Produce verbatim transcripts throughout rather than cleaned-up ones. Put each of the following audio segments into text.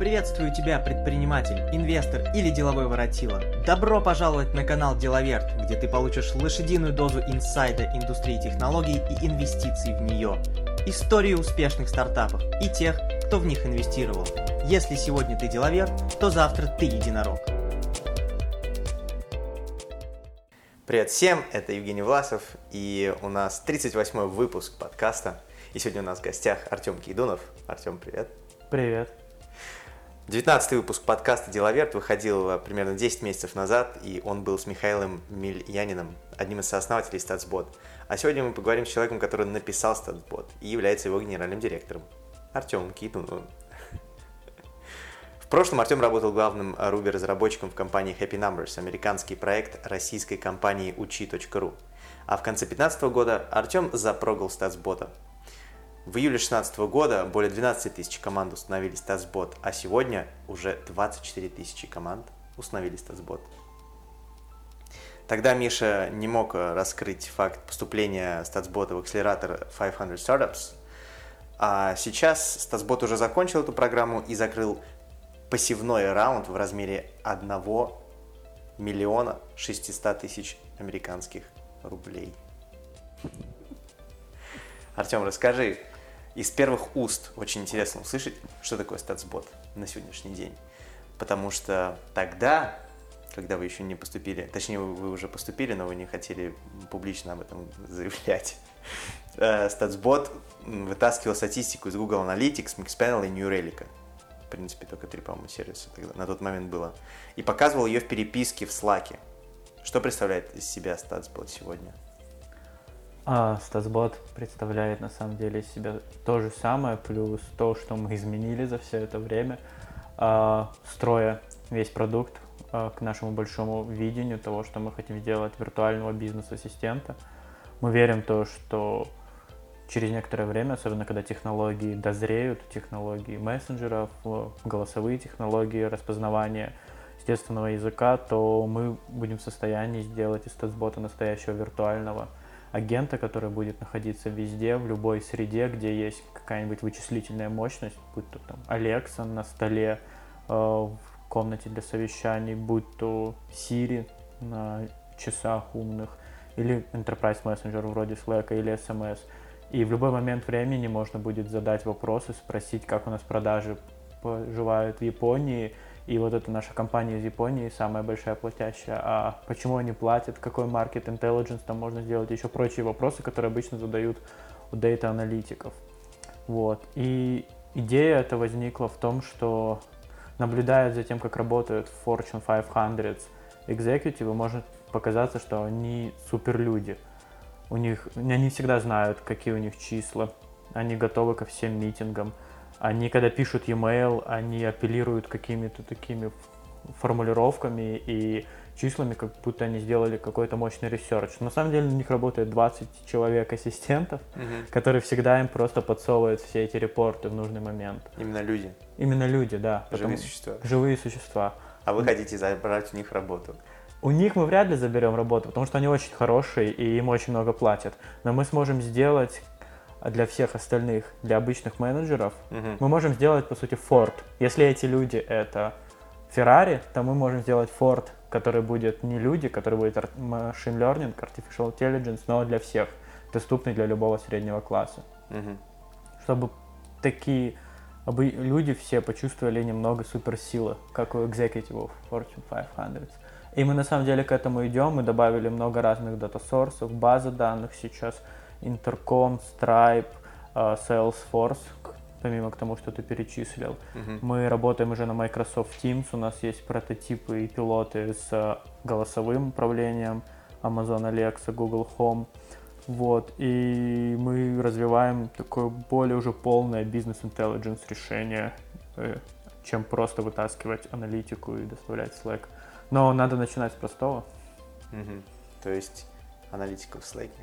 Приветствую тебя, предприниматель, инвестор или деловой воротило. Добро пожаловать на канал Деловерт, где ты получишь лошадиную дозу инсайда индустрии технологий и инвестиций в нее. Истории успешных стартапов и тех, кто в них инвестировал. Если сегодня ты деловер, то завтра ты единорог. Привет всем, это Евгений Власов, и у нас тридцать восьмой выпуск подкаста. И сегодня у нас в гостях Артем Кейдунов. Артем, привет. Привет. девятнадцатый выпуск подкаста «Деловерт» выходил примерно десять месяцев назад, и он был с Михаилом Мильяниным, одним из сооснователей StatsBot. А сегодня мы поговорим с человеком, который написал StatsBot и является его генеральным директором, Артемом Кейдуновым. В прошлом Артем работал главным Ruby-разработчиком в компании Happy Numbers, американский проект российской компании учи точка ру. А в конце две тысячи пятнадцатого года Артем запрогал StatsBot. В июле две тысячи шестнадцатого года более двенадцати тысяч команд установили StatsBot, а сегодня уже двадцать четыре тысячи команд установили StatsBot. Тогда Миша не мог раскрыть факт поступления StatsBot в акселератор пятьсот Startups, а сейчас StatsBot уже закончил эту программу и закрыл пассивной раунд в размере одного миллиона шестисот тысяч американских рублей. Артем, расскажи, из первых уст очень интересно услышать, что такое StatsBot на сегодняшний день. Потому что тогда, когда вы еще не поступили, точнее вы уже поступили, но вы не хотели публично об этом заявлять, StatsBot вытаскивал статистику из Google Analytics, Mixpanel и New Relic. В принципе, только три, по-моему, сервиса тогда, на тот момент было. И показывал ее в переписке в Slack. Что представляет из себя StatsBot сегодня? А, StatsBot представляет на самом деле из себя то же самое, плюс то, что мы изменили за все это время, а, строя весь продукт а, к нашему большому видению того, что мы хотим сделать виртуального бизнес-ассистента. Мы верим в то, что через некоторое время, особенно когда технологии дозреют, технологии мессенджеров, голосовые технологии, распознавания естественного языка, то мы будем в состоянии сделать из StatsBot настоящего виртуального агента, который будет находиться везде, в любой среде, где есть какая-нибудь вычислительная мощность, будь то там Alexa на столе, э, в комнате для совещаний, будь то Siri на часах умных, или Enterprise Messenger вроде Slack или эс эм эс. И в любой момент времени можно будет задать вопросы, спросить, как у нас продажи поживают в Японии. И вот эта наша компания из Японии самая большая платящая. А почему они платят, какой market intelligence там можно сделать, еще прочие вопросы, которые обычно задают у дейта-аналитиков. Вот. И идея эта возникла в том, что наблюдая за тем, как работают Fortune пятьсот экзекутивы, может показаться, что они суперлюди. У них, они всегда знают, какие у них числа, они готовы ко всем митингам. Они, когда пишут e-mail, они апеллируют какими-то такими формулировками и числами, как будто они сделали какой-то мощный ресерч. На самом деле у них работает двадцать человек ассистентов, mm-hmm. которые всегда им просто подсовывают все эти репорты в нужный момент. Именно люди? Именно люди, да. Живые существа? Живые существа. А вы хотите забрать у них работу? У них мы вряд ли заберем работу, потому что они очень хорошие и им очень много платят. Но мы сможем сделать для всех остальных, для обычных менеджеров, uh-huh. мы можем сделать, по сути, Ford. Если эти люди — это Ferrari, то мы можем сделать Ford, который будет не люди, который будет machine learning, artificial intelligence, но для всех, доступный для любого среднего класса. Uh-huh. Чтобы такие люди все почувствовали немного суперсилы, как у экзекутивов Fortune пятьсот. И мы на самом деле к этому идем, мы добавили много разных дата-сорсов, базы данных сейчас, Intercom, Stripe, Salesforce, помимо того, что ты перечислил. Uh-huh. Мы работаем уже на Microsoft Teams, у нас есть прототипы и пилоты с голосовым управлением, Amazon Alexa, Google Home. Вот. И мы развиваем такое более уже полное бизнес-интеллидженс решение, чем просто вытаскивать аналитику и доставлять Slack. Но надо начинать с простого. Uh-huh. То есть аналитика в Slack.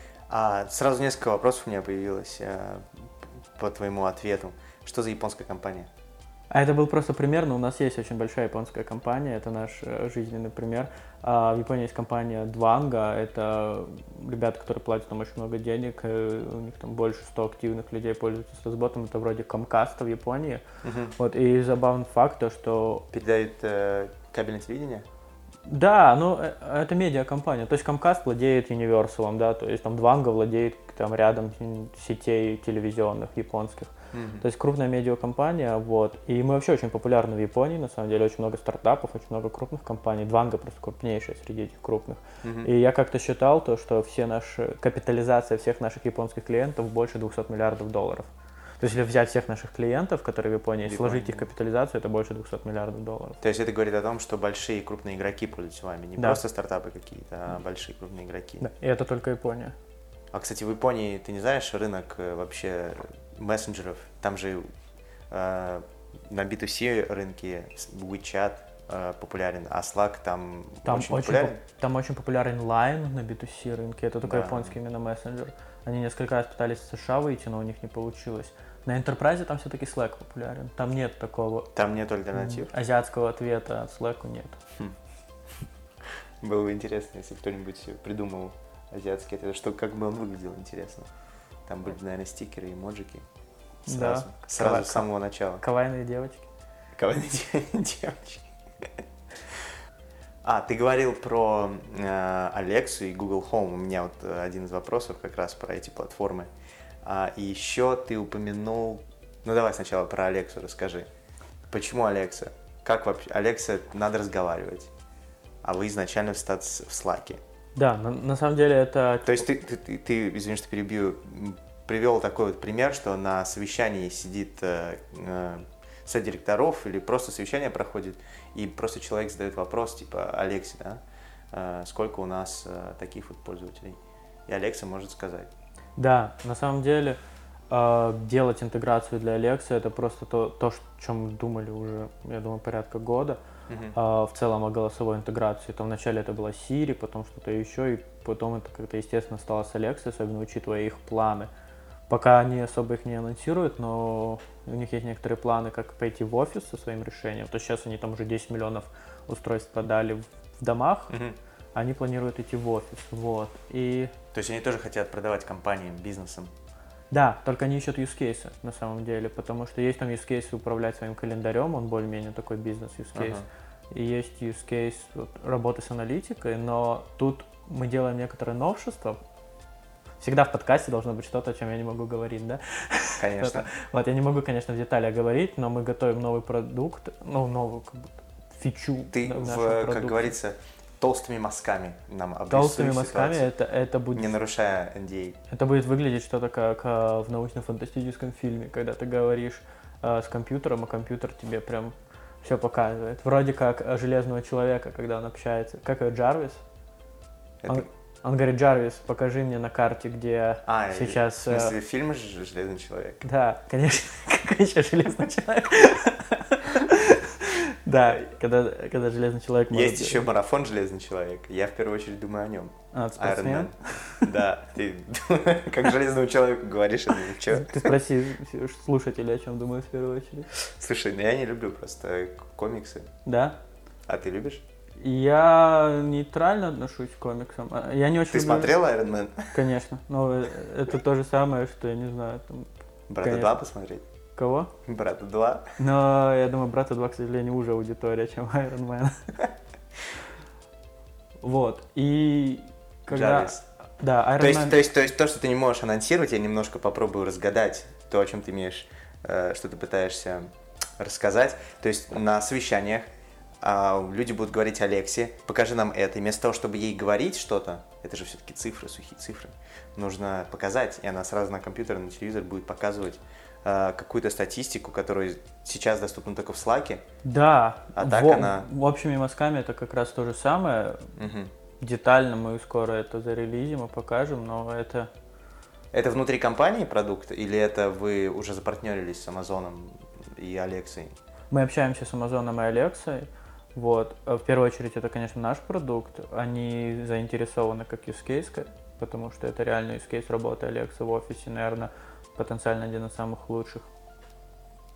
А сразу несколько вопросов у меня появилось э, по твоему ответу. Что за японская компания? А это был просто пример, но у нас есть очень большая японская компания, это наш э, жизненный пример. А в Японии есть компания Dwango, это ребята, которые платят нам очень много денег, э, у них там больше ста активных людей пользуются статсботом, это вроде Comcast в Японии. Угу. Вот, и забавный факт, то, что... Передают э, кабельное телевидение? Да, ну э, это медиакомпания, то есть Comcast владеет Universal, да, то есть там Dwango владеет там рядом сетей телевизионных японских. Mm-hmm. То есть крупная медиакомпания, вот. И мы вообще очень популярны в Японии, на самом деле, очень много стартапов, очень много крупных компаний. Dwango просто крупнейшая среди этих крупных. Mm-hmm. И я как-то считал то, что все наши, капитализация всех наших японских клиентов больше двухсот миллиардов долларов. То есть если взять всех наших клиентов, которые в Японии, Япония, сложить их капитализацию, это больше двухсот миллиардов долларов. То есть это говорит о том, что большие крупные игроки пользуются вами, не да. просто стартапы какие-то, а большие крупные игроки. Да, и это только Япония. А, кстати, в Японии, ты не знаешь, рынок вообще мессенджеров, там же э, на би ту си рынке WeChat э, популярен, а Slack там, там очень, очень популярен? По- там очень популярен Line на би ту си рынке, это только да. японский именно мессенджер. Они несколько раз пытались в США выйти, но у них не получилось. На Enterprise там все-таки Slack популярен, там нет такого... Там нет альтернатив? Азиатского ответа от Slack нет. Хм. Было бы интересно, если кто-нибудь придумал азиатский ответ, что как бы он выглядел, интересно. Там были, наверное, стикеры, эмоджики. Сразу. Да. Сразу Кава- с самого начала. Кавайные девочки. Кавайные девочки. А, ты говорил про э, Alexa и Google Home. У меня вот один из вопросов как раз про эти платформы. А, и еще ты упомянул... Ну, давай сначала про Alexa расскажи. Почему Alexa? Как вообще? Alexa надо разговаривать. А вы изначально в, статс... в Slack. Да, на, на самом деле это... То есть ты, ты, ты, ты извини, что перебью, привел такой вот пример, что на совещании сидит э, э, совет директоров или просто совещание проходит, и просто человек задает вопрос, типа, Алексе, да, э, сколько у нас э, таких вот пользователей? И Alexa может сказать. Да, на самом деле э, делать интеграцию для Alexa это просто то, то, о чем мы думали уже, я думаю, порядка года. Uh-huh. А, в целом о голосовой интеграции. Там вначале это была Siri, потом что-то еще, и потом это как-то естественно стало с Alexa, особенно учитывая их планы. Пока они особо их не анонсируют, но у них есть некоторые планы, как пойти в офис со своим решением. То сейчас они там уже десять миллионов устройств продали в, в домах, uh-huh. они планируют идти в офис. Вот. И... То есть они тоже хотят продавать компаниям, бизнесам? Да, только они ищут use cases на самом деле, потому что есть там use case управлять своим календарем, он более-менее такой бизнес use case, uh-huh. и есть use case вот, работы с аналитикой, но тут мы делаем некоторые новшества. Всегда в подкасте должно быть что-то, о чем я не могу говорить, да? Конечно. Вот, я не могу, конечно, в деталях говорить, но мы готовим новый продукт, ну, новую как бы, фичу. Ты, в, как говорится, толстыми мазками нам обрисуй Толстыми мазками это, это будет... Не нарушая эн ди эй. Это будет выглядеть что-то как а, в научно-фантастическом фильме, когда ты говоришь а, с компьютером, а компьютер тебе прям все показывает. Вроде как а, Железного Человека, когда он общается. Как его, Джарвис? Это... Он, он говорит, Джарвис, покажи мне на карте, где а, сейчас... В смысле, фильм «Железный человек»? Да, конечно. Какой еще Железный Человек? Да, когда, когда Железный Человек... Есть может... еще марафон «Железный человек». Я в первую очередь думаю о нем. А, спортсмен? Да, ты как Железному человеку говоришь, это ничего. Ты спроси слушателей, о чем думают в первую очередь. Слушай, ну я не люблю просто комиксы. Да? А ты любишь? Я нейтрально отношусь к комиксам. Я не очень Ты люблю... смотрел Iron Man? Конечно. Но это то же самое, что, я не знаю... Там... Брата два посмотреть? Кого? Брата два. Но я думаю, Брата два, к сожалению, уже аудитория, чем Iron Man. Вот. И когда... Джарвис. Да, Iron то есть, Man... То есть, то есть, то, что ты не можешь анонсировать, я немножко попробую разгадать то, о чем ты имеешь, э, что ты пытаешься рассказать. То есть на совещаниях э, люди будут говорить Алексе, покажи нам это. И вместо того, чтобы ей говорить что-то, это же все-таки цифры, сухие цифры, нужно показать, и она сразу на компьютер, на телевизор будет показывать какую-то статистику, которая сейчас доступна только в Slack. Да, а так в, она... в общими мазками это как раз то же самое. Угу. Детально мы скоро это зарелизим и покажем, но это... Это внутри компании продукт, или это вы уже запартнерились с Амазоном и Алексой? Мы общаемся с Амазоном и Алексой. Вот. В первую очередь это, конечно, наш продукт. Они заинтересованы как use case, потому что это реальный use case работы Алекса в офисе, наверное, потенциально один из самых лучших.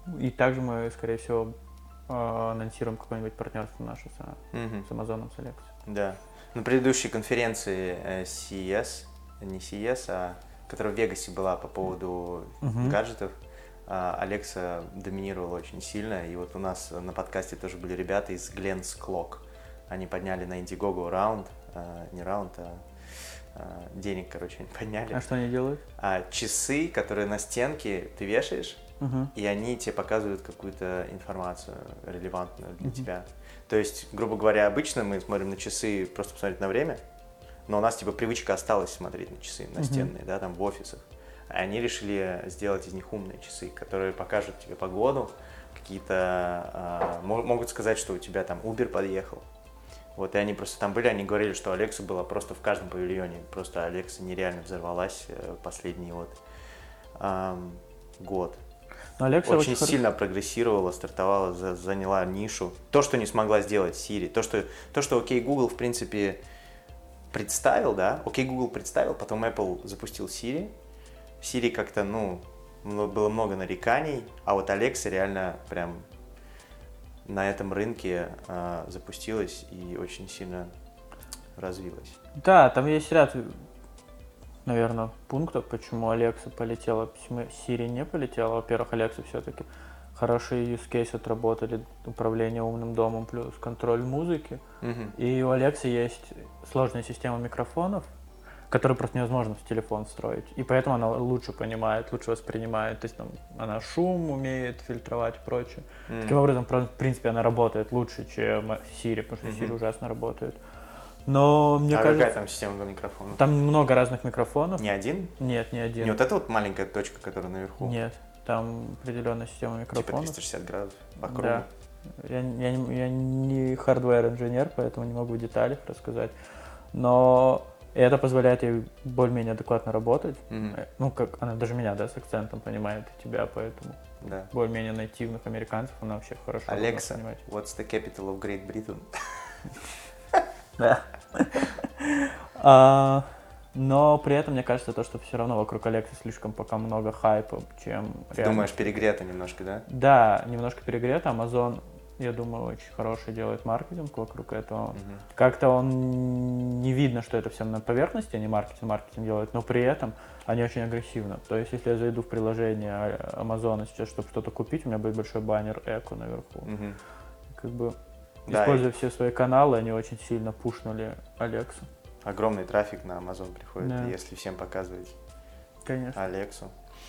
И также мы, скорее всего, э, анонсируем какое-нибудь партнерство наше с, Мгм. с Amazon, с Alexa. Да. На предыдущей конференции э, си и эс, не си и эс, а которая в Вегасе была по поводу Мгм. гаджетов, а, Alexa доминировала очень сильно. И вот у нас на подкасте тоже были ребята из Glens Clock. Они подняли на Indiegogo раунд, а, не раунд, а, а денег, короче, они подняли. А что они делают? А часы, которые на стенке ты вешаешь, Мгм. и они тебе показывают какую-то информацию релевантную для Мгм. тебя. То есть, грубо говоря, обычно мы смотрим на часы просто посмотреть на время, но у нас типа привычка осталась смотреть на часы настенные, да, там в офисах. А они решили сделать из них умные часы, которые покажут тебе погоду, какие-то а, мо- могут сказать, что у тебя там Uber подъехал. Вот, и они просто там были, они говорили, что Alexa была просто в каждом павильоне. Просто Alexa нереально взорвалась э, последний вот ам, год. Но Alexa Очень очень сильно прогрессировала, стартовала, за- заняла нишу. То, что не смогла сделать Siri, то, что, то, что окей Google, в принципе, представил, да, окей Google представил, потом Apple запустил Siri. Siri как-то, ну, мно- было много нареканий, а вот Alexa реально прям на этом рынке а, запустилась и очень сильно развилась. Да, там есть ряд, наверное, пунктов, почему Alexa полетела, почему Siri не полетела. Во-первых, Alexa все-таки хороший use case отработали, управление умным домом плюс контроль музыки. Мгм. И у Alexa есть сложная система микрофонов, которую просто невозможно в телефон встроить. И поэтому она лучше понимает, лучше воспринимает. То есть там она шум умеет фильтровать и прочее. М. Таким образом, про- в принципе, она работает лучше, чем Siri, потому что Siri Мгм. ужасно работает. Но мне а кажется, какая там система микрофона? там много разных микрофонов. Не один? Нет, не один. Не вот эта вот маленькая точка, которая наверху? Нет, там определенная система Типа микрофонов. триста шестьдесят градусов по кругу? Да. Я, я, не- я не хардвер-инженер, поэтому не могу в деталях рассказать. Но это позволяет ей более-менее адекватно работать. Мгм. Э, Ну, как она даже меня, да, с акцентом понимает и тебя, поэтому Да. более-менее нативных американцев она вообще хорошо должна Alexa, понимать. what's the capital of Great Britain? Да. А, Но при этом мне кажется, то, что все равно вокруг Alexa слишком пока много хайпа, чем реально. Думаешь, перегрето немножко, да? Да, немножко перегрето. Amazon, я думаю, очень хороший делает маркетинг вокруг этого. Мгм. Как-то он не видно, что это все на поверхности, они маркетинг, маркетинг делают, но при этом они очень агрессивно. То есть, если я зайду в приложение а- Amazon сейчас, чтобы что-то купить, у меня будет большой баннер Эко наверху. Мгм. Как бы, Да, используя все свои каналы, они очень сильно пушнули Алексу. Огромный трафик на Amazon приходит, Да. если всем показывать Конечно. Алексу.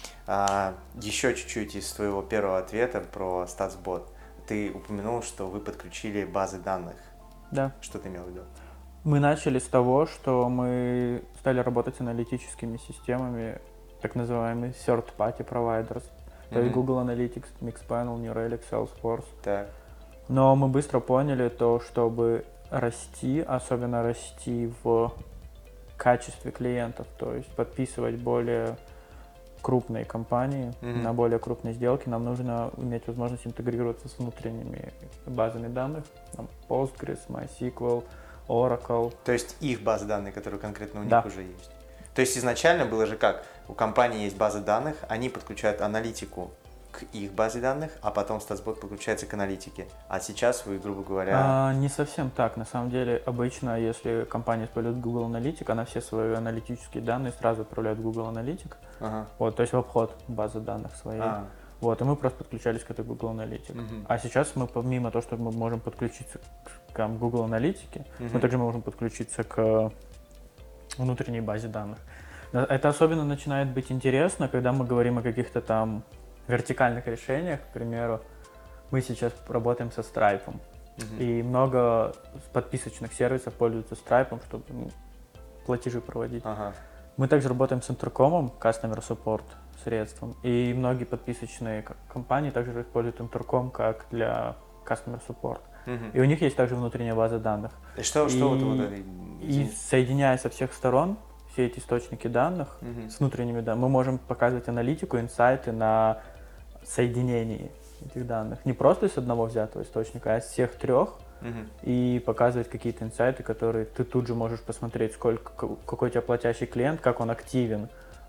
А, еще чуть-чуть из твоего первого ответа про StatsBot. Ты упомянул, что вы подключили базы данных. Да. Что ты имел в виду? Мы начали с того, что мы стали работать с аналитическими системами, так называемые third-party providers. То есть Мгм. Google Analytics, Mixpanel, New Relic, Salesforce. Так. Но мы быстро поняли то, чтобы расти, особенно расти в качестве клиентов, то есть подписывать более крупные компании Мгм. на более крупные сделки, нам нужно иметь возможность интегрироваться с внутренними базами данных, там Postgres, MySQL, Oracle. То есть их базы данных, которые конкретно у них Да. уже есть. То есть изначально было же как? У компании есть база данных, они подключают аналитику к их базе данных, а потом StatsBot подключается к аналитике. А сейчас вы, грубо говоря... А, не совсем так. На самом деле, обычно, если компания использует Google Analytics, она все свои аналитические данные сразу отправляет в Google Analytics. Ага. Вот, то есть в обход базы данных своей. А, Вот, и мы просто подключались к этой Google Analytics. мгм. А сейчас мы, помимо того, что мы можем подключиться к, к Google Analytics, Мгм. мы также можем подключиться к внутренней базе данных. Да, это особенно начинает быть интересно, когда мы говорим о каких-то там вертикальных решениях. К примеру, мы сейчас работаем со Stripe, Мгм. и много подписочных сервисов пользуются Stripe, чтобы ну, платежи проводить. Ага. Мы также работаем с Intercom, Customer Support средством, и многие подписочные к- компании также используют Intercom как для Customer Support. Мгм. И у них есть также внутренняя база данных. И что, что вот, и- вот это? И соединяя со всех сторон все эти источники данных Мгм. с внутренними данными, мы можем показывать аналитику, инсайты на соединении этих данных. Не просто из одного взятого источника, а из всех трех, Мгм. и показывать какие-то инсайты, которые ты тут же можешь посмотреть, сколько, к- какой у тебя платящий клиент, как он активен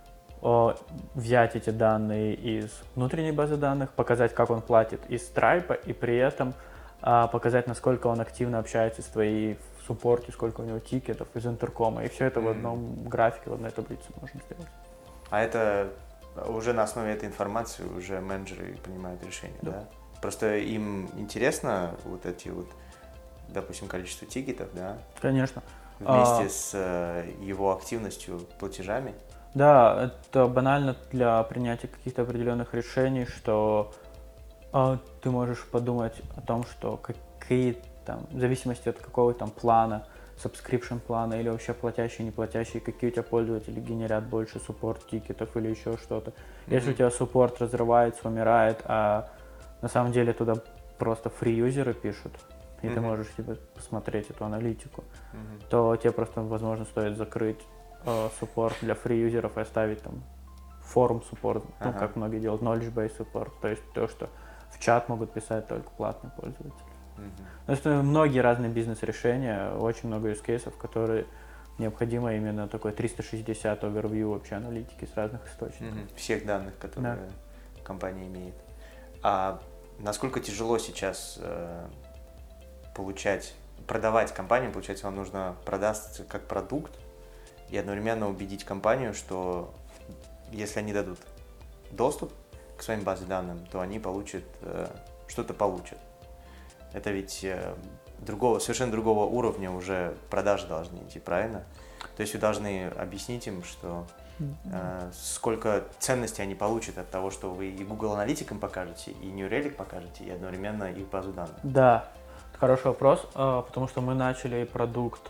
о, взять эти данные из внутренней базы данных, показать, как он платит из Stripe, и при этом а, показать, насколько он активно общается с твоей в суппорте, сколько у него тикетов из интеркома. И все это mm-hmm. в одном графике, в одной таблице можем сделать. А это уже на основе этой информации уже менеджеры принимают решения, да? да? Просто им интересно вот эти вот, допустим, количество тикетов, да? Конечно. Вместе а... с э, его активностью, платежами. Да, это банально для принятия каких-то определенных решений, что э, ты можешь подумать о том, что какие там, в зависимости от какого там плана, subscription плана или вообще платящие, не платящие, какие у тебя пользователи генерят больше суппорт-тикетов или еще что-то. Mm-hmm. Если у тебя суппорт разрывается, умирает, а на самом деле туда просто фри-юзеры пишут, и mm-hmm. ты можешь типа, посмотреть эту аналитику, mm-hmm. то тебе просто, возможно, стоит закрыть суппорт для фри-юзеров и оставить там форум-суппорт, ага. ну, как многие делают, knowledge-based support, то есть то, что в чат могут писать только платные пользователи. Uh-huh. То есть многие разные бизнес-решения, очень много use cases, которые необходимо именно такой триста шестьдесят overview вообще аналитики с разных источников. Uh-huh. Всех данных, которые да. компания имеет. А насколько тяжело сейчас э, получать, продавать компанию, получается, вам нужно продаться как продукт, и одновременно убедить компанию, что если они дадут доступ к своим базе данным, то они получат, э, что-то получат. Это ведь э, другого, совершенно другого уровня уже продажи должны идти, правильно? То есть вы должны объяснить им, что э, сколько ценностей они получат от того, что вы и Google аналитикам покажете, и New Relic покажете, и одновременно их базу данных. Да, хороший вопрос, потому что мы начали продукт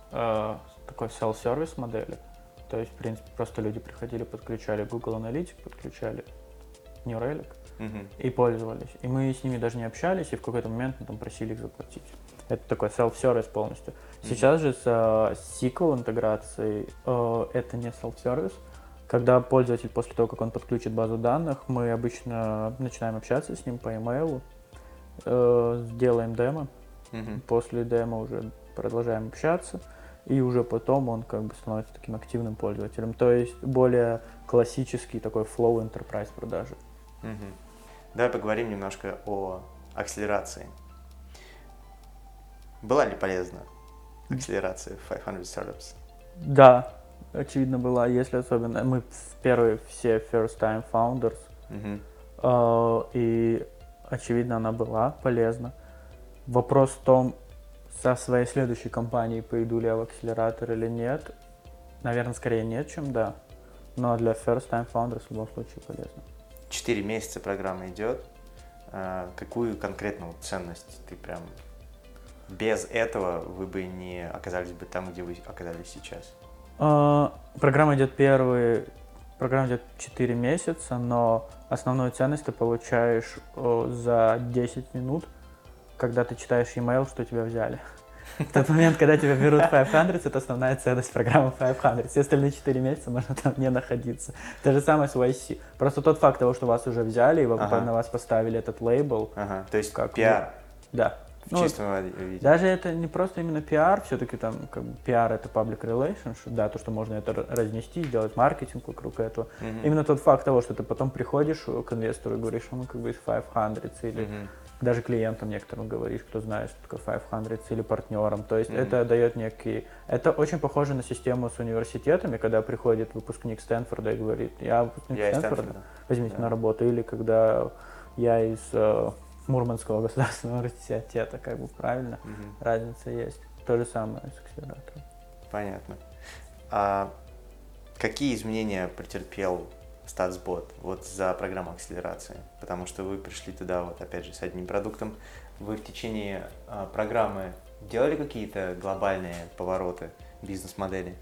такой self-service модели. То есть, в принципе, просто люди приходили, подключали Google Analytics, подключали New Relic uh-huh. и пользовались. И мы с ними даже не общались, и в какой-то момент мы там просили их заплатить. Это такой self-service полностью. Uh-huh. Сейчас же с uh, эс ку эль интеграцией uh, это не self-service. Когда пользователь, после того, как он подключит базу данных, мы обычно начинаем общаться с ним по имейлу, uh, сделаем демо, uh-huh. после демо уже продолжаем общаться, и уже потом он как бы становится таким активным пользователем. То есть более классический такой flow enterprise продажи. Угу. Давай поговорим немножко о акселерации. Была ли полезна акселерация пятьсот Startups? Да, очевидно была, если особенно мы первые все first time founders, угу. э, и очевидно она была полезна. Вопрос в том, со своей следующей компанией пойду ли я в акселератор или нет. Наверное, скорее нет, чем да. Но для first time founders в любом случае полезно. Четыре месяца программа идет. Какую конкретную ценность ты прям... Без этого вы бы не оказались бы там, где вы оказались сейчас? А, программа идет первый... Программа идет четыре месяца, но основную ценность ты получаешь о, за десять минут, когда ты читаешь e-mail, что тебя взяли. В тот момент, когда тебя берут пятьсот, это основная ценность программы пятьсот. Все остальные четыре месяца можно там не находиться. То же самое с вай си. Просто тот факт того, что вас уже взяли, и ага. на вас поставили этот лейбл. Ага. То есть как пиар. Да. В ну, чистом виде. Даже это не просто именно пиар, все-таки там как бы, пиар это public relations, да, то, что можно это разнести, сделать маркетинг вокруг этого. Uh-huh. Именно тот факт того, что ты потом приходишь к инвестору и говоришь, ну как бы из пятьсот, или uh-huh. даже клиентам некоторым говоришь, кто знает, что такое пятьсот, или партнерам. То есть uh-huh. это дает некий... Это очень похоже на систему с университетами, когда приходит выпускник Стэнфорда и говорит, я выпускник я Стэнфорда, Стэнфорда, возьмите да. на работу. Или когда я из Мурманского государственного университета, как бы правильно, угу. разница есть. То же самое с акселератором. Понятно. А какие изменения претерпел StatsBot вот за программу акселерации? Потому что вы пришли туда, вот опять же, с одним продуктом. Вы в течение а, программы делали какие-то глобальные повороты бизнес-модели?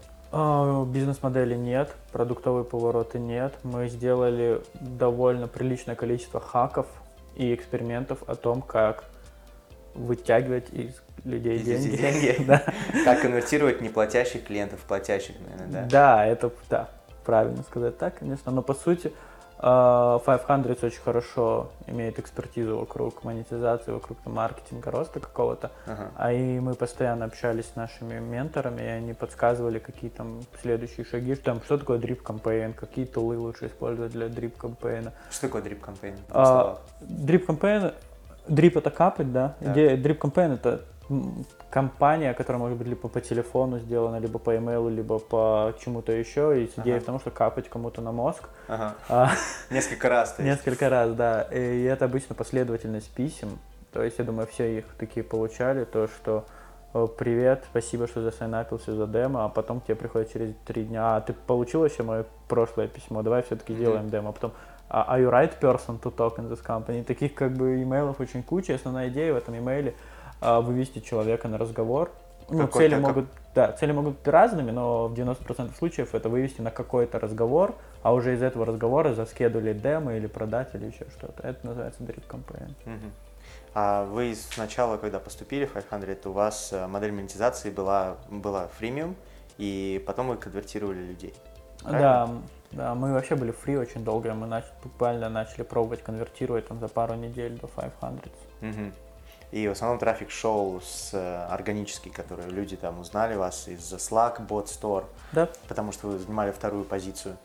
А, бизнес-модели нет, продуктовые повороты нет. Мы сделали довольно приличное количество хаков и экспериментов о том, как вытягивать из людей из деньги. деньги. Да. Как конвертировать неплатящих клиентов в платящих, наверное, да? Да, это да, правильно сказать так, конечно. Но по сути Uh, пятьсот очень хорошо имеет экспертизу вокруг монетизации, вокруг там, маркетинга, роста какого-то. Ага. А и мы постоянно общались с нашими менторами, и они подсказывали, какие там следующие шаги, там, что такое drip campaign, какие тулы лучше использовать для drip campaign. Что такое drip campaign? Uh, drip campaign, drip это капать, да? Да. Идея, drip campaign это компания, которая может быть либо по телефону сделана, либо по имейлу, либо по чему-то еще. И идея Ага. в том, что капать кому-то на мозг. Ага. А, Несколько раз. То есть. Несколько раз, да. И это обычно последовательность писем. То есть, я думаю, все их такие получали. То, что привет, спасибо, что засайнапился за демо, а потом тебе приходит через три дня, а ты получил вообще мое прошлое письмо, давай все-таки сделаем mm-hmm. демо. А потом, are you right person to talk in this company? Таких как бы имейлов очень куча. Основная идея в этом имейле вывести человека на разговор. Ну, цели могут, да, цели могут быть разными, но в девяноста процентах случаев это вывести на какой-то разговор, а уже из этого разговора заскедулить демо или продать или еще что-то. Это называется drip campaign. Uh-huh. А вы сначала, когда поступили в пятьсот, у вас модель монетизации была, была freemium, и потом вы конвертировали людей. Да, да, мы вообще были free очень долго, мы нач- буквально начали пробовать конвертировать там, за пару недель до пятьсот. Uh-huh. И в основном трафик шел с органический, который люди там узнали вас из Slack, Bot Store, да. Потому что вы занимали вторую позицию.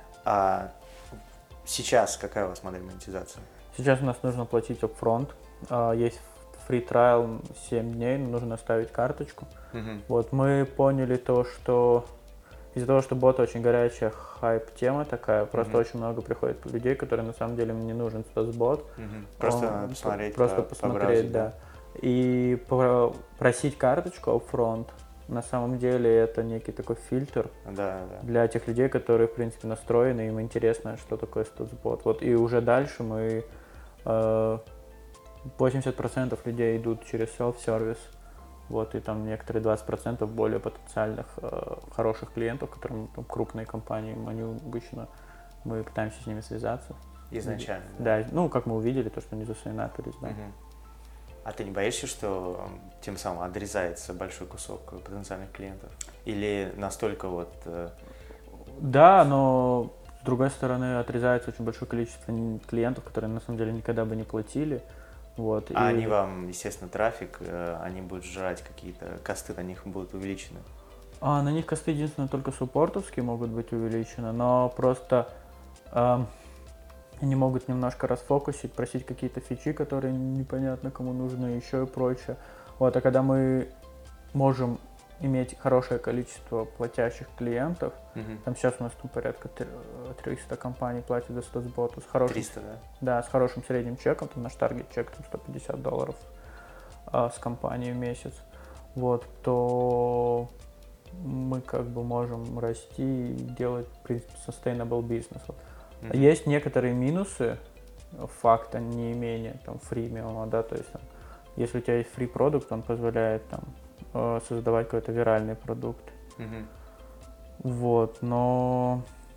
А сейчас какая у вас модель монетизации? Сейчас у нас нужно платить upfront. Есть free trial семь дней, но нужно оставить карточку. Uh-huh. Вот мы поняли то, что из-за того, что бот очень горячая хайп-тема такая, просто mm-hmm. очень много приходит людей, которые на самом деле не нужен статсбот. Mm-hmm. Просто Он, посмотреть, просто по, посмотреть, по браузеру, да. да. И просить карточку upfront, на самом деле это некий такой фильтр да, да. для тех людей, которые, в принципе, настроены, им интересно, что такое статсбот. Вот, и уже дальше мы э, восемьдесят процентов людей идут через self-service. Вот, и там некоторые двадцать процентов более потенциальных э, хороших клиентов, которым там, крупные компании, они обычно, мы пытаемся с ними связаться. Изначально? Да, да, ну, как мы увидели, то, что они засайнапились, да. Угу. А ты не боишься, что тем самым отрезается большой кусок потенциальных клиентов? Или настолько вот... Э... Да, но с другой стороны отрезается очень большое количество клиентов, которые на самом деле никогда бы не платили. Вот, а и... они вам, естественно, трафик, э, они будут жрать какие-то, косты на них будут увеличены? А, на них косты, единственное, только суппортовские могут быть увеличены, но просто э, они могут немножко расфокусить, просить какие-то фичи, которые непонятно кому нужны, еще и прочее. Вот, а когда мы можем иметь хорошее количество платящих клиентов, mm-hmm. там сейчас у нас там порядка триста компаний платят за статсботу с хорошим, триста, да? Да, с хорошим средним чеком, там наш таргет чек там сто пятьдесят долларов а, с компанией в месяц, вот, то мы как бы можем расти и делать, в принципе, sustainable business. Вот. Mm-hmm. Есть некоторые минусы факта неимения там фримиума, да, то есть там, если у тебя есть free продукт, он позволяет там создавать какой-то виральный продукт. Mm-hmm. Вот, но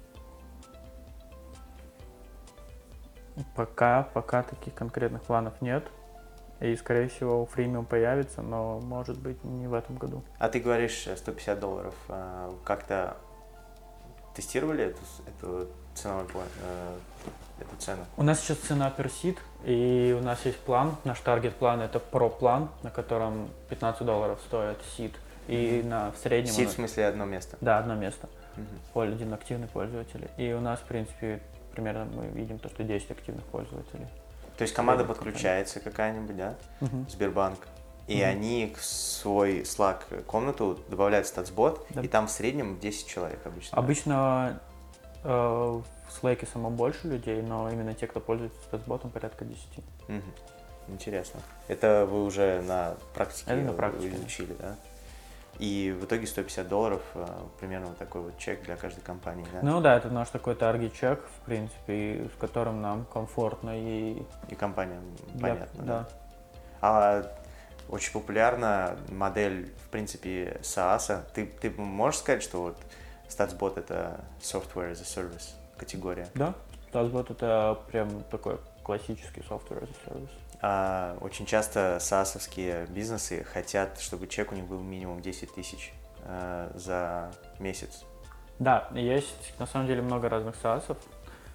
пока, пока таких конкретных планов нет. И, скорее всего, фримиум появится, но, может быть, не в этом году. А ты говоришь сто пятьдесят долларов. Как-то тестировали эту, эту ценовую план, эту цену? У нас сейчас цена per seat, и у нас есть план. Наш таргет-план — это про-план, на котором пятнадцать долларов стоит сит. И mm-hmm. на, в среднем... Сит, нас... в смысле, одно место? Да, одно место. Mm-hmm. Один активный пользователь. И у нас, в принципе, примерно мы видим то, что десять активных пользователей. То есть команда подключается какая-нибудь, да? Uh-huh. Сбербанк. И uh-huh. они в свой Slack комнату добавляют статсбот, да. И там в среднем десять человек обычно. Обычно э, в Slack само больше людей, но именно те, кто пользуется статсботом, порядка десять. Uh-huh. Интересно. Это вы уже на практике, Это на практике изучили, да? И в итоге сто пятьдесят долларов, примерно вот такой вот чек для каждой компании, да? Ну да, это наш такой таргет-чек, в принципе, с которым нам комфортно и... И компаниям для... понятно, да. да? А очень популярна модель, в принципе, SaaS. Ты, ты можешь сказать, что вот StatsBot — это Software as a Service категория? Да, StatsBot — это прям такой классический Software as a Service. А, очень часто SaaS-овские бизнесы хотят, чтобы чек у них был минимум десять тысяч э, за месяц. Да, есть на самом деле много разных SaaS-ов.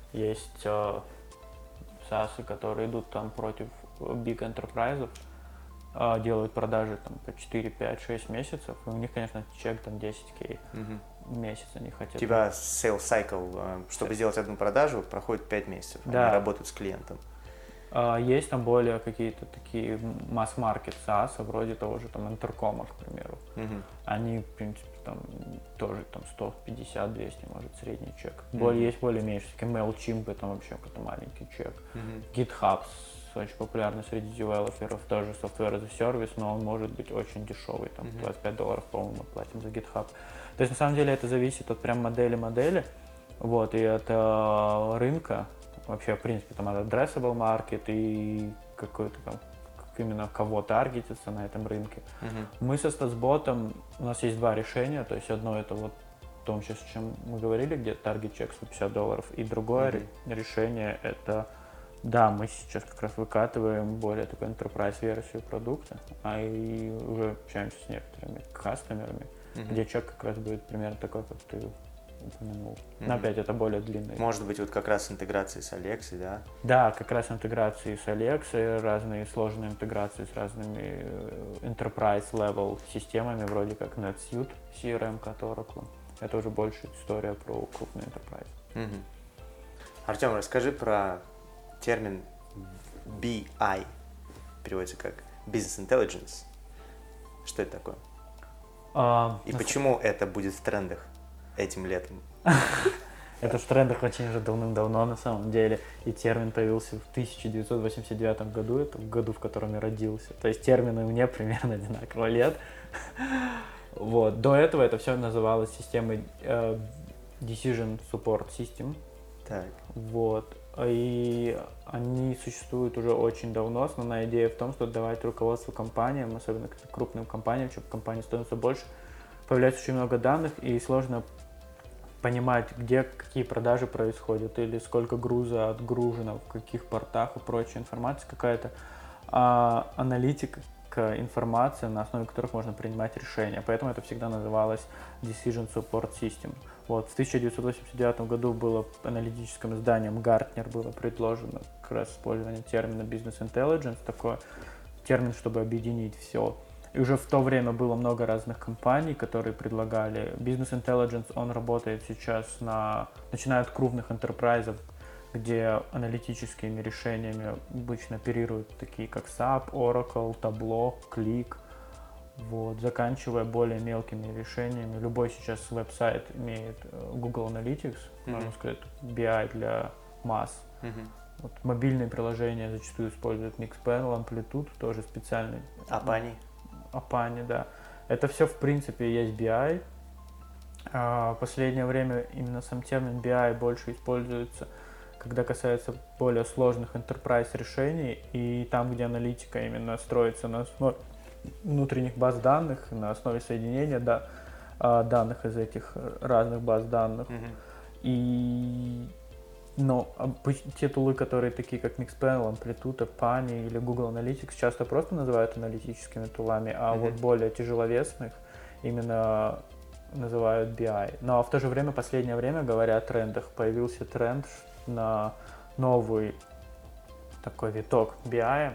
Есть э, SaaS, которые идут там против big enterprise, э, делают продажи там по четыре, пять, шесть месяцев, и у них, конечно, чек там десять тысяч Мгм. в месяц они хотят. У тебя sales cycle, э, чтобы сделать одну продажу, проходит пять месяцев. Да. Они работают с клиентом. А, Есть там более какие-то такие масс-маркет SaaS, вроде того же там Интеркома, к примеру. Мгм. Они, в принципе, там тоже там сто пятьдесят двести, может, средний чек. Мгм. Более, есть более меньшие, такие MailChimp, это вообще какой-то маленький чек. Мгм. GitHub очень популярный среди девелоперов, тоже software as a service, но он может быть очень дешевый, там Мгм. двадцать пять долларов, по-моему, мы платим за GitHub. То есть, на самом деле, это зависит от прям модели-модели, вот, и от э, рынка, вообще, в принципе, там от addressable market и какой-то там, как именно кого таргетится на этом рынке. Мгм. Мы со статсботом, у нас есть два решения, то есть одно это вот в том, сейчас, о чем мы говорили, где таргет чек сто пятьдесят долларов, и другое Мгм. ре- решение это, да, мы сейчас как раз выкатываем более такую enterprise версию продукта, а и уже общаемся с некоторыми кастомерами, Мгм. где чек как раз будет примерно такой, как ты упомянул. Но Мгм. опять это более длинный. Может быть, вот как раз интеграции с Алексой, да? Да, как раз интеграции с Alexa, разные сложные интеграции с разными э, enterprise level системами, вроде как NetSuite, си эр эм от Oracle. Это уже больше история про крупный enterprise. Мгм. Артем, расскажи про термин би ай. Переводится как Business Intelligence. Что это такое? А, И на почему это будет в трендах этим летом? Это в трендах очень уже давным-давно на самом деле. И термин появился в тысяча девятьсот восемьдесят девятом году, это в году, в котором я родился. То есть термины мне примерно одинаково лет. Вот. До этого это все называлось системой э, Decision Support System. Так. Вот. И они существуют уже очень давно. Основная идея в том, что давать руководству компаниям, особенно крупным компаниям, чтобы компании становятся больше, появляется очень много данных, и сложно понимать, где какие продажи происходят, или сколько груза отгружено, в каких портах и прочая информация какая-то. А аналитика, информация, на основе которых можно принимать решения. Поэтому это всегда называлось Decision Support System. Вот. В тысяча девятьсот восемьдесят девятом году было аналитическим изданием Gartner было предложено как раз использование термина Business Intelligence, такой термин, чтобы объединить все. И уже в то время было много разных компаний, которые предлагали. Business Intelligence, он работает сейчас на, начиная от крупных enterprises, где аналитическими решениями обычно оперируют такие как сап, Oracle, Tableau, Qlik, вот, заканчивая более мелкими решениями. Любой сейчас веб-сайт имеет Google Analytics, Mm-hmm. можно сказать, би ай для масс. Mm-hmm. Вот, мобильные приложения зачастую используют Mixpanel, Amplitude, тоже специальный. Апани. Апани, да. Это все, в принципе, есть би ай. А в последнее время именно сам термин би ай больше используется, когда касается более сложных enterprise решений, и там, где аналитика именно строится на основе внутренних баз данных, на основе соединения да, данных из этих разных баз данных. Mm-hmm. И но те тулы, которые такие как Mixpanel, Amplitude, Apani или Google Analytics, часто просто называют аналитическими тулами, а mm-hmm. вот более тяжеловесных именно называют би ай. Но в то же время, в последнее время, говоря о трендах, появился тренд на новый такой виток би ай.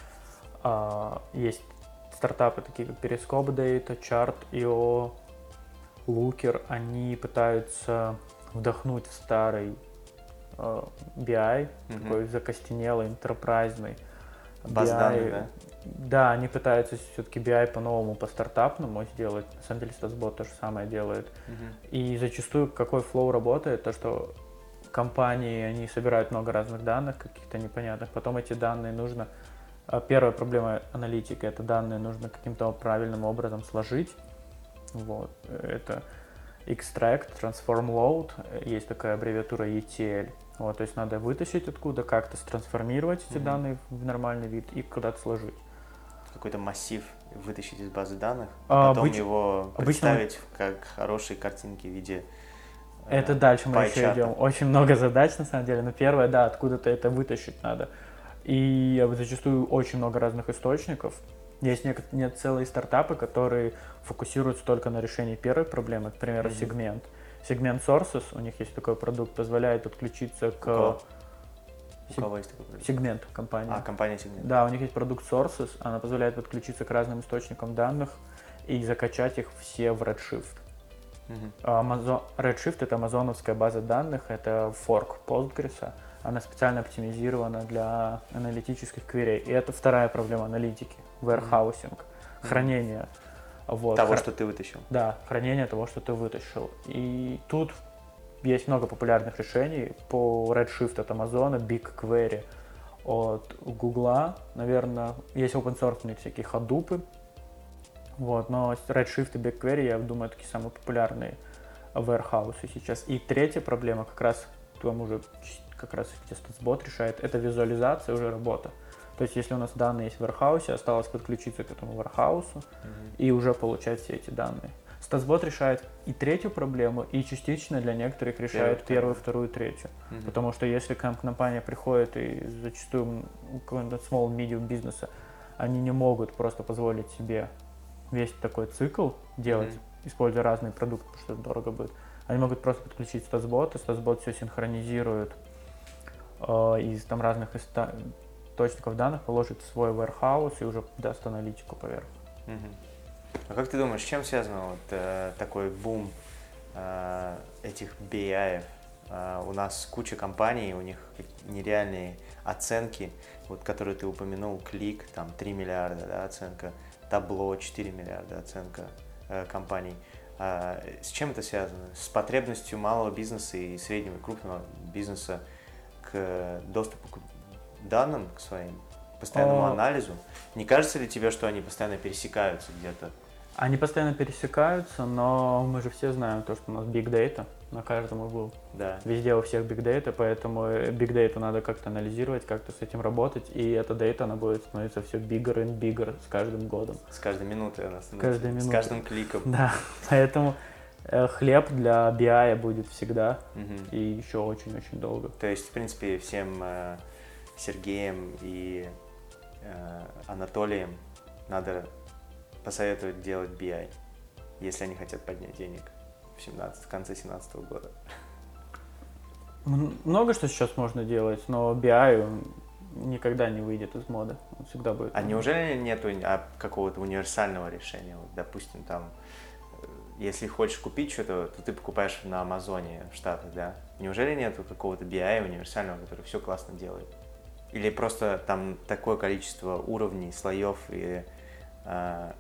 А, есть стартапы такие как Periscope Data, Chart точка ай о, Looker. Они пытаются вдохнуть в старый uh, би ай, mm-hmm. такой закостенелый, интерпрайзный баз данных, да? Да, они пытаются все-таки би ай по-новому, по-стартапному сделать. На самом деле, StatsBot то же самое делает. Mm-hmm. И зачастую какой флоу работает, то что компании, они собирают много разных данных, каких-то непонятных. Потом эти данные нужно... Первая проблема аналитики — это данные нужно каким-то правильным образом сложить. Вот. Это Extract, Transform, Load. Есть такая аббревиатура и ти эл. Вот, то есть надо вытащить откуда, как-то трансформировать эти mm-hmm. данные в нормальный вид и куда-то сложить. Какой-то массив вытащить из базы данных, а потом обыч... его представить обычно... как хорошие картинки в виде Это э, дальше мы еще чарта. идем. Очень много задач на самом деле. Но первое, да, откуда-то это вытащить надо. И зачастую очень много разных источников. Есть нек- нет целые стартапы, которые фокусируются только на решении первой проблемы, к примеру, mm-hmm. сегмент. Segment Sources, у них есть такой продукт, позволяет подключиться к... У кого? У Сег- кого есть такой продукт? Сегмент компании. А, компания Segment. Да, у них есть продукт Sources, она позволяет подключиться к разным источникам данных и закачать их все в Redshift. Мгм. Amazon, Redshift — это амазоновская база данных, это форк Postgres, она специально оптимизирована для аналитических кверей. И это вторая проблема аналитики, warehousing, хранение. Вот. Того, Хра- что ты вытащил. Да, хранение того, что ты вытащил. И тут есть много популярных решений по Redshift от Amazon, BigQuery от Google, наверное, есть open source всякие Hadoop, вот, но Redshift и BigQuery, я думаю, такие самые популярные warehouse сейчас. И третья проблема, как раз там уже как раз где StatsBot решает, это визуализация, уже работа. То есть, если у нас данные есть в warehouse, осталось подключиться к этому warehouse Мгм. и уже получать все эти данные. StatsBot решает и третью проблему, и частично для некоторых решает Первую, первую, вторую, третью. Мгм. Потому что если к нам компания приходит, и зачастую у какого-нибудь small medium бизнеса, они не могут просто позволить себе весь такой цикл делать, Мгм. используя разные продукты, потому что это дорого будет. Они могут просто подключить StatsBot, и StatsBot все синхронизирует э, из там разных иста- источников данных, положит в свой warehouse и уже даст аналитику поверх. Мгм. А как ты думаешь, с чем связан вот э, такой бум э, этих би ай? Э, у нас куча компаний, у них нереальные оценки, вот которые ты упомянул, Клик, там три миллиарда, да, оценка, Табло четыре миллиарда оценка э, компаний. А с чем это связано? С потребностью малого бизнеса и среднего и крупного бизнеса к доступу к данным, к своим, постоянному О. анализу? Не кажется ли тебе, что они постоянно пересекаются где-то? Они постоянно пересекаются, но мы же все знаем то, что у нас big data на каждом углу. Да. Везде у всех big data, поэтому big data надо как-то анализировать, как-то с этим работать, и эта data, она будет становиться все bigger and bigger с каждым годом. С каждой минутой она становится. каждой С минутой. каждым кликом. Да, поэтому э, хлеб для би ай будет всегда Мгм. и еще очень-очень долго. То есть, в принципе, всем э, Сергеем и э, Анатолием надо посоветовать делать би ай, если они хотят поднять денег в, семнадцатом, в конце семнадцатого года. М- Много что сейчас можно делать, но би ай он никогда не выйдет из моды. Он всегда будет. А неужели нету а, какого-то универсального решения? Вот, допустим, там, э, если хочешь купить что-то, то ты покупаешь на Амазоне в Штатах, да? Неужели нету какого-то би ай универсального, который все классно делает? Или просто там такое количество уровней, слоев и э,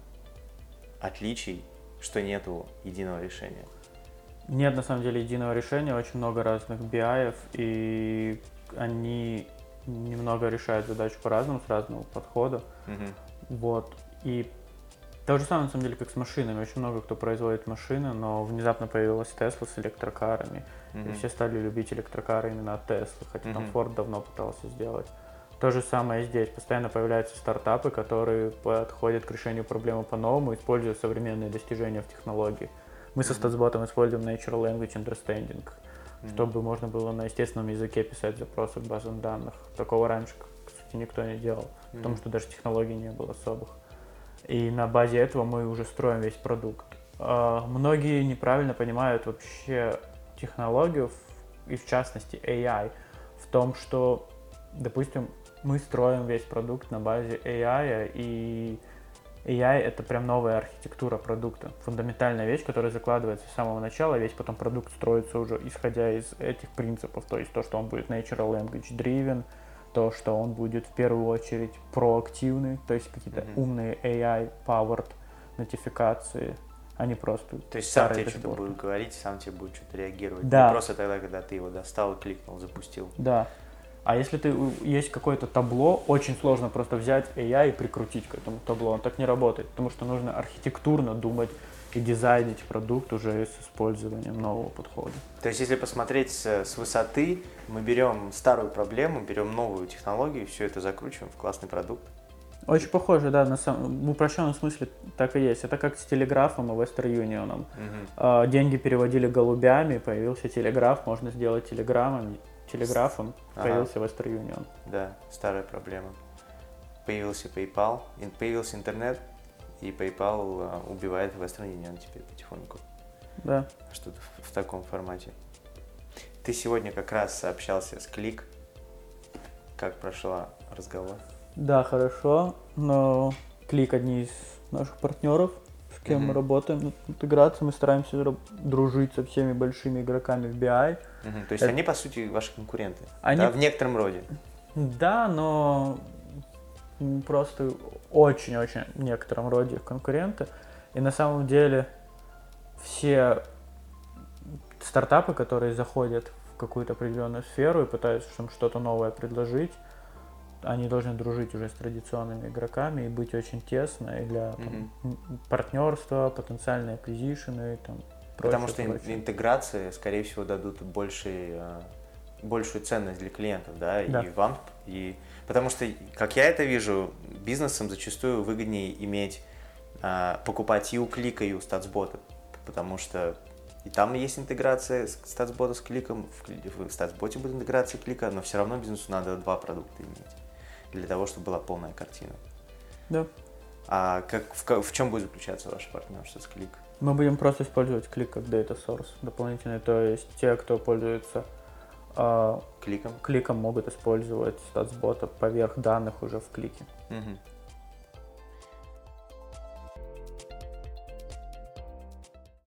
отличий, что нету единого решения? Нет, на самом деле, единого решения, очень много разных би ай, и они немного решают задачу по-разному, с разного подхода. Мгм. Вот. И то же самое, на самом деле, как с машинами. Очень много кто производит машины, но внезапно появилась Tesla с электрокарами. И Мгм. все стали любить электрокары именно от Tesla, хотя там Мгм. Ford давно пытался сделать. То же самое и здесь. Постоянно появляются стартапы, которые подходят к решению проблемы по-новому, используя современные достижения в технологии. Мы со Мгм. StatsBot используем Natural Language Understanding, Мгм. чтобы можно было на естественном языке писать запросы к базам данных. Такого раньше, кстати, никто не делал, потому Мгм. что даже технологий не было особых. И на базе этого мы уже строим весь продукт. А, Многие неправильно понимают вообще технологию, в- и в частности эй ай, в том, что, допустим, мы строим весь продукт на базе эй ай, и эй ай — это прям новая архитектура продукта, фундаментальная вещь, которая закладывается с самого начала, весь потом продукт строится уже исходя из этих принципов, то есть то, что он будет natural language driven, то, что он будет в первую очередь проактивный, то есть какие-то Мгм. умные эй ай-powered нотификации, а не просто То есть сам старые тебе что-то дашборды. будет говорить, сам тебе будет что-то реагировать. Да. Не просто тогда, когда ты его достал и кликнул, запустил. Да. А если ты есть какое-то табло, очень сложно просто взять эй ай и прикрутить к этому табло. Он так не работает, потому что нужно архитектурно думать и дизайнить продукт уже с использованием нового подхода. То есть, если посмотреть с, с высоты, мы берем старую проблему, берем новую технологию, все это закручиваем в классный продукт. Очень похоже, да, на самом, в упрощенном смысле так и есть. Это как с телеграфом и Western Union. Мгм. А, деньги переводили голубями, появился телеграф, можно сделать телеграммами, телеграфом, Ага. появился Western Union. Да, старая проблема. Появился PayPal, ин- появился интернет, и PayPal а, убивает Western Union теперь потихоньку. Да. Что-то в, в таком формате. Ты сегодня как раз общался с Клик. Как прошел разговор? Да, хорошо, но Клик одни из наших партнеров, с кем Мгм. мы работаем над интеграцией, мы стараемся раб- дружить со всеми большими игроками в би ай. Мгм. То есть Это- они, по сути, ваши конкуренты? Они- Да, в некотором роде. Да, но м, просто очень-очень в некотором роде конкуренты. И на самом деле все стартапы, которые заходят в какую-то определенную сферу и пытаются там что-то новое предложить, они должны дружить уже с традиционными игроками и быть очень тесно и для там, м, партнерства, потенциальные аквизишены, там, Потому прочее, что ин- прочее. интеграции, скорее всего, дадут больший, э, большую ценность для клиентов, да, Да. и вам, и потому что, как я это вижу, бизнесам зачастую выгоднее иметь, э, покупать и у Клика, и у статсбота, потому что и там есть интеграция с- статсбота с Кликом, в, Кли- в статсботе будет интеграция Клика, но все равно бизнесу надо два продукта иметь для того, чтобы была полная картина. Да. А как, в, ка- в чем будет заключаться ваше партнерство с Клик? Мы будем просто использовать клик как data source дополнительный, то есть те, кто пользуется а, Кликом? кликом, могут использовать статсбота поверх данных уже в клике. Мгм.